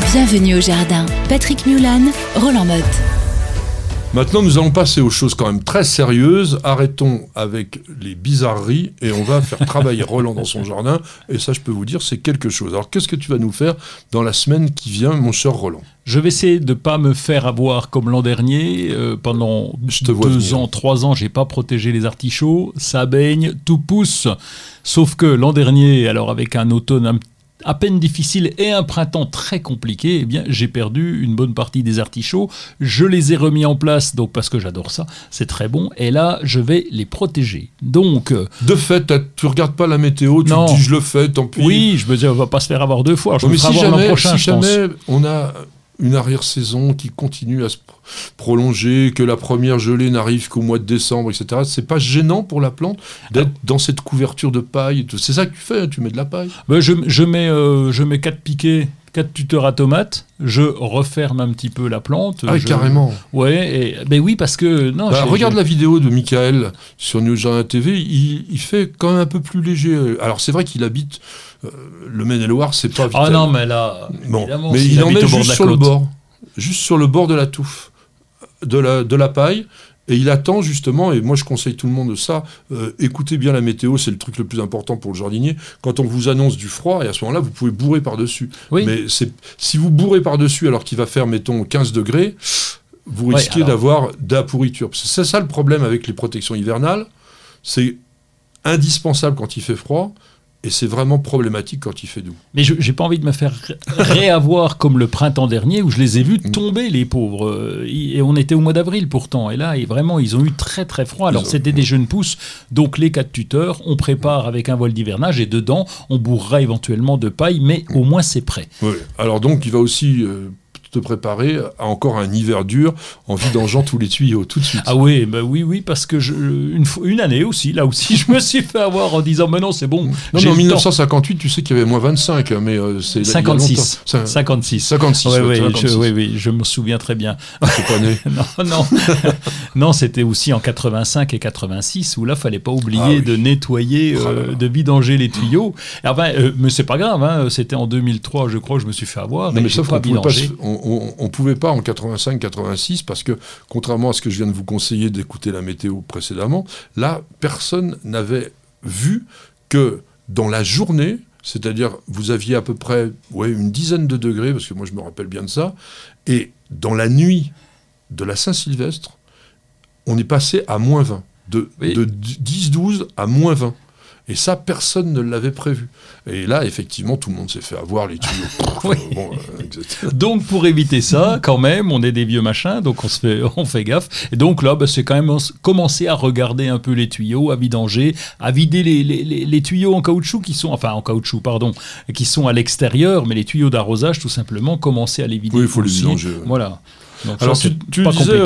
Bienvenue au jardin. Patrick Mulan, Roland Motte. Maintenant, nous allons passer aux choses quand même très sérieuses. Arrêtons avec les bizarreries et on va faire travailler Roland dans son jardin. Et ça, je peux vous dire, c'est quelque chose. Alors, qu'est-ce que tu vas nous faire dans la semaine qui vient, mon cher Roland ? Je vais essayer de ne pas me faire avoir comme l'an dernier. Pendant 2 ans, 3 ans, je n'ai pas protégé les artichauts. Ça baigne, tout pousse. Sauf que l'an dernier, alors avec un automne à peine difficile et un printemps très compliqué, eh bien, j'ai perdu une bonne partie des artichauts. Je les ai remis en place, donc parce que j'adore ça, c'est très bon. Et là, je vais les protéger. Donc, de fait, tu regardes pas la météo, tu te dis je le fais, tant pis. Oui, je me dis on va pas se faire avoir 2 fois. Je me ferai avoir l'an prochain, si jamais on a une arrière-saison qui continue à se prolonger, que la première gelée n'arrive qu'au mois de décembre, etc. C'est pas gênant pour la plante d'être dans cette couverture de paille. C'est ça que tu fais, tu mets de la paille. Je mets 4 piquets, 4 tuteurs à tomates, je referme un petit peu la plante. Carrément. Ouais, oui, parce que... regarde la vidéo de Michael sur News Jardin TV, il fait quand même un peu plus léger. Alors c'est vrai qu'il habite le Maine-et-Loire, c'est pas vital. Ah non, mais là, évidemment, mais il en met juste sur le bord. Juste sur le bord de la touffe, de la paille, et il attend justement, et moi je conseille tout le monde ça, écoutez bien la météo, c'est le truc le plus important pour le jardinier, quand on vous annonce du froid, et à ce moment-là, vous pouvez bourrer par-dessus. Oui. Mais si vous bourrez par-dessus alors qu'il va faire, mettons, 15 degrés, vous risquez d'avoir de la pourriture. C'est ça le problème avec les protections hivernales, c'est indispensable quand il fait froid, et c'est vraiment problématique quand il fait doux. Mais je n'ai pas envie de me faire réavoir comme le printemps dernier où je les ai vus tomber, les pauvres. Et on était au mois d'avril pourtant. Et là, vraiment, ils ont eu très très froid. Alors, c'était des jeunes pousses. Donc, les 4 tuteurs, on prépare avec un voile d'hivernage et dedans, on bourrera éventuellement de paille, mais au moins, c'est prêt. Oui. Alors, donc, il va aussi... te préparer à encore un hiver dur en vidangeant tous les tuyaux tout de suite. Ah oui, oui, parce que une année aussi, là aussi, je me suis fait avoir en disant mais non, c'est bon. Non, mais en 1958, tu sais qu'il y avait moins 25, mais c'est 56. 56. Oui, je me souviens très bien. C'est pas né. Non, c'était aussi en 85 et 86 où là, fallait pas oublier de nettoyer, de vidanger les tuyaux. Mais c'est pas grave, c'était en 2003, je crois, que je me suis fait avoir. Non, mais sauf qu'on on pouvait pas en 85-86 parce que, contrairement à ce que je viens de vous conseiller d'écouter la météo précédemment, là, personne n'avait vu que dans la journée, c'est-à-dire vous aviez à peu près une dizaine de degrés, parce que moi je me rappelle bien de ça, et dans la nuit de la Saint-Sylvestre, on est passé à moins 20, de 10-12 à moins 20. Et ça, personne ne l'avait prévu. Et là, effectivement, tout le monde s'est fait avoir les tuyaux. Donc, pour éviter ça, quand même, on est des vieux machins, donc on fait gaffe. Et donc là, c'est quand même commencer à regarder un peu les tuyaux, à vidanger, à vider les tuyaux en caoutchouc qui sont à l'extérieur, mais les tuyaux d'arrosage, tout simplement, commencer à les vider. Oui, il faut les vidanger. Voilà. Donc, alors, tu disais...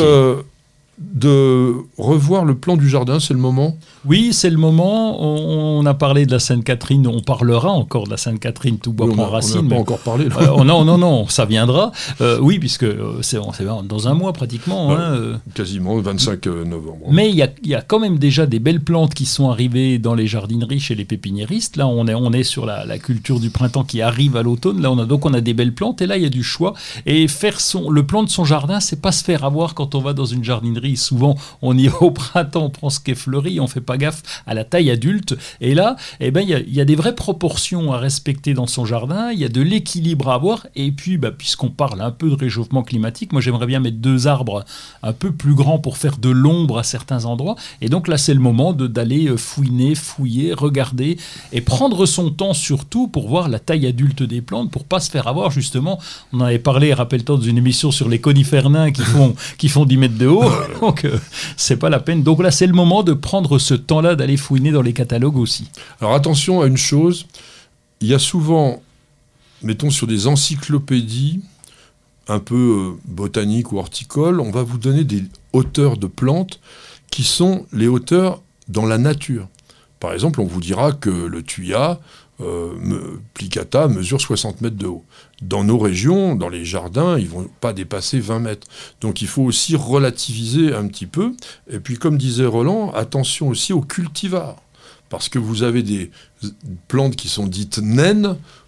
de revoir le plan du jardin, c'est le moment ? Oui, c'est le moment. On a parlé de la Sainte-Catherine, on parlera encore de la Sainte-Catherine, tout bois prend racine. On n'a pas encore parlé. Non, ça viendra. Oui, puisque c'est dans un mois pratiquement. Quasiment, 25 novembre. Mais il y a quand même déjà des belles plantes qui sont arrivées dans les jardineries chez les pépiniéristes. Là, on est sur la culture du printemps qui arrive à l'automne. Là, on a des belles plantes et là, il y a du choix. Et faire le plan de son jardin, c'est pas se faire avoir quand on va dans une jardinerie. Souvent, on y va au printemps, on prend ce qui est fleuri, on fait pas gaffe à la taille adulte. Et là, il y a des vraies proportions à respecter dans son jardin, il y a de l'équilibre à avoir. Et puis, puisqu'on parle un peu de réchauffement climatique, moi j'aimerais bien mettre 2 arbres un peu plus grands pour faire de l'ombre à certains endroits. Et donc là, c'est le moment d'aller fouiller, regarder et prendre son temps surtout pour voir la taille adulte des plantes, pour pas se faire avoir justement. On en avait parlé, rappelle-toi, dans une émission sur les conifères nains qui font 10 mètres de haut. Donc, c'est pas la peine. Donc là, c'est le moment de prendre ce temps-là, d'aller fouiner dans les catalogues aussi. Alors attention à une chose, il y a souvent, mettons sur des encyclopédies, un peu botaniques ou horticoles, on va vous donner des hauteurs de plantes qui sont les hauteurs dans la nature. Par exemple, on vous dira que le thuya, plicata, mesure 60 mètres de haut. Dans nos régions, dans les jardins, ils ne vont pas dépasser 20 mètres. Donc il faut aussi relativiser un petit peu. Et puis comme disait Roland, attention aussi aux cultivars. Parce que vous avez des plantes qui sont dites naines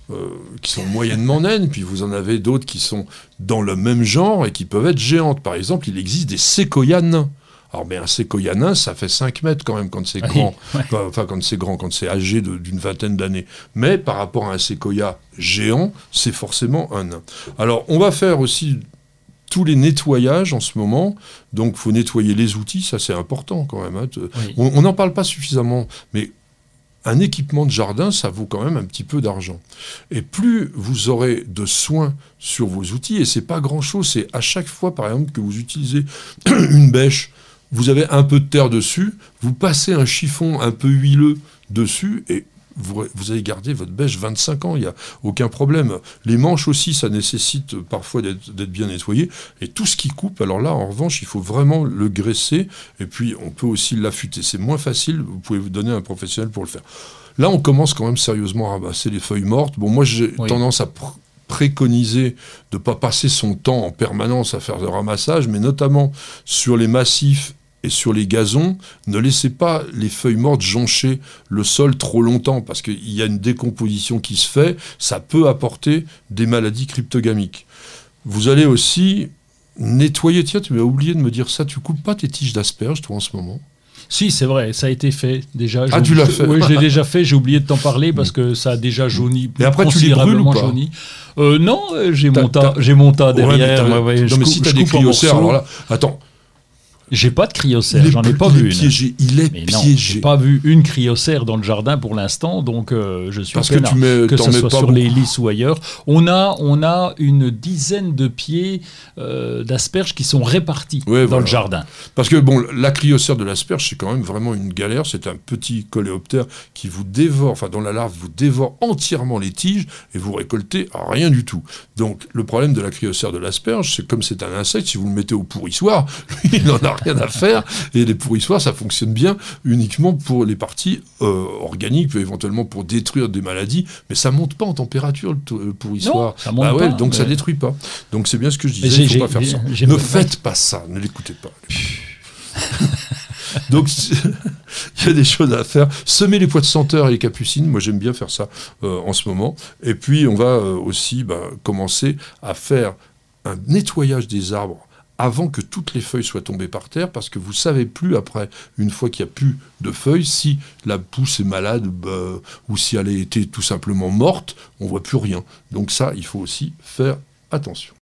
qui sont moyennement naines, puis vous en avez d'autres qui sont dans le même genre et qui peuvent être géantes. Par exemple, il existe des séquoias nains. Alors, mais un séquoia nain, ça fait 5 mètres quand même quand c'est grand. Enfin, quand c'est grand, quand c'est âgé d'une vingtaine d'années. Mais par rapport à un séquoia géant, c'est forcément un nain. Alors, on va faire aussi tous les nettoyages en ce moment. Donc, il faut nettoyer les outils, ça c'est important quand même. Hein. Oui. On n'en parle pas suffisamment, mais un équipement de jardin, ça vaut quand même un petit peu d'argent. Et plus vous aurez de soins sur vos outils, et c'est pas grand-chose, c'est à chaque fois, par exemple, que vous utilisez une bêche, vous avez un peu de terre dessus, vous passez un chiffon un peu huileux dessus, et vous allez garder votre bêche 25 ans, il n'y a aucun problème. Les manches aussi, ça nécessite parfois d'être bien nettoyé. Et tout ce qui coupe, alors là, en revanche, il faut vraiment le graisser. Et puis, on peut aussi l'affûter. C'est moins facile, vous pouvez vous donner un professionnel pour le faire. Là, on commence quand même sérieusement à ramasser les feuilles mortes. Bon, moi, j'ai tendance à préconiser de ne pas passer son temps en permanence à faire le ramassage, mais notamment sur les massifs et sur les gazons, ne laissez pas les feuilles mortes joncher le sol trop longtemps, parce qu'il y a une décomposition qui se fait, ça peut apporter des maladies cryptogamiques. Vous allez aussi nettoyer, tiens, tu m'as oublié de me dire ça, tu coupes pas tes tiges d'asperges, toi, en ce moment ? Si, c'est vrai, ça a été fait déjà. Ah, tu l'as fait ? Oui, je l'ai déjà fait, j'ai oublié de t'en parler parce que ça a déjà jauni. Et après, tu les brûles ou pas ? Jauni. Non, j'ai mon tas derrière. Non, mais si tu as des cryocères, alors là, attends. J'ai pas de cryocère, j'en ai pas vu piégé. Il est piégé. J'ai pas vu une cryocère dans le jardin pour l'instant, donc je suis parce peinard, que ce soit sur beaucoup. les lys ou ailleurs. On a une dizaine de pieds d'asperges qui sont répartis dans le jardin. Parce que bon, la cryocère de l'asperge, c'est quand même vraiment une galère. C'est un petit coléoptère qui vous dévore, enfin dans la larve, vous dévore entièrement les tiges et vous récoltez rien du tout. Donc le problème de la cryocère de l'asperge, c'est comme c'est un insecte, si vous le mettez au pourrissoir, lui, il en a rien à faire, et les pourrissoirs, ça fonctionne bien uniquement pour les parties organiques, éventuellement pour détruire des maladies, mais ça monte pas en température, le pourrissoir. Non, ça monte pas, donc ça détruit pas. Donc c'est bien ce que je disais, il faut pas faire ça. Ne faites pas ça, ne l'écoutez pas. Donc, il y a des choses à faire. Semer les pois de senteur et les capucines, moi j'aime bien faire ça en ce moment. Et puis on va aussi commencer à faire un nettoyage des arbres avant que toutes les feuilles soient tombées par terre, parce que vous ne savez plus, après, une fois qu'il n'y a plus de feuilles, si la pousse est malade ou si elle a été tout simplement morte, on ne voit plus rien. Donc ça, il faut aussi faire attention.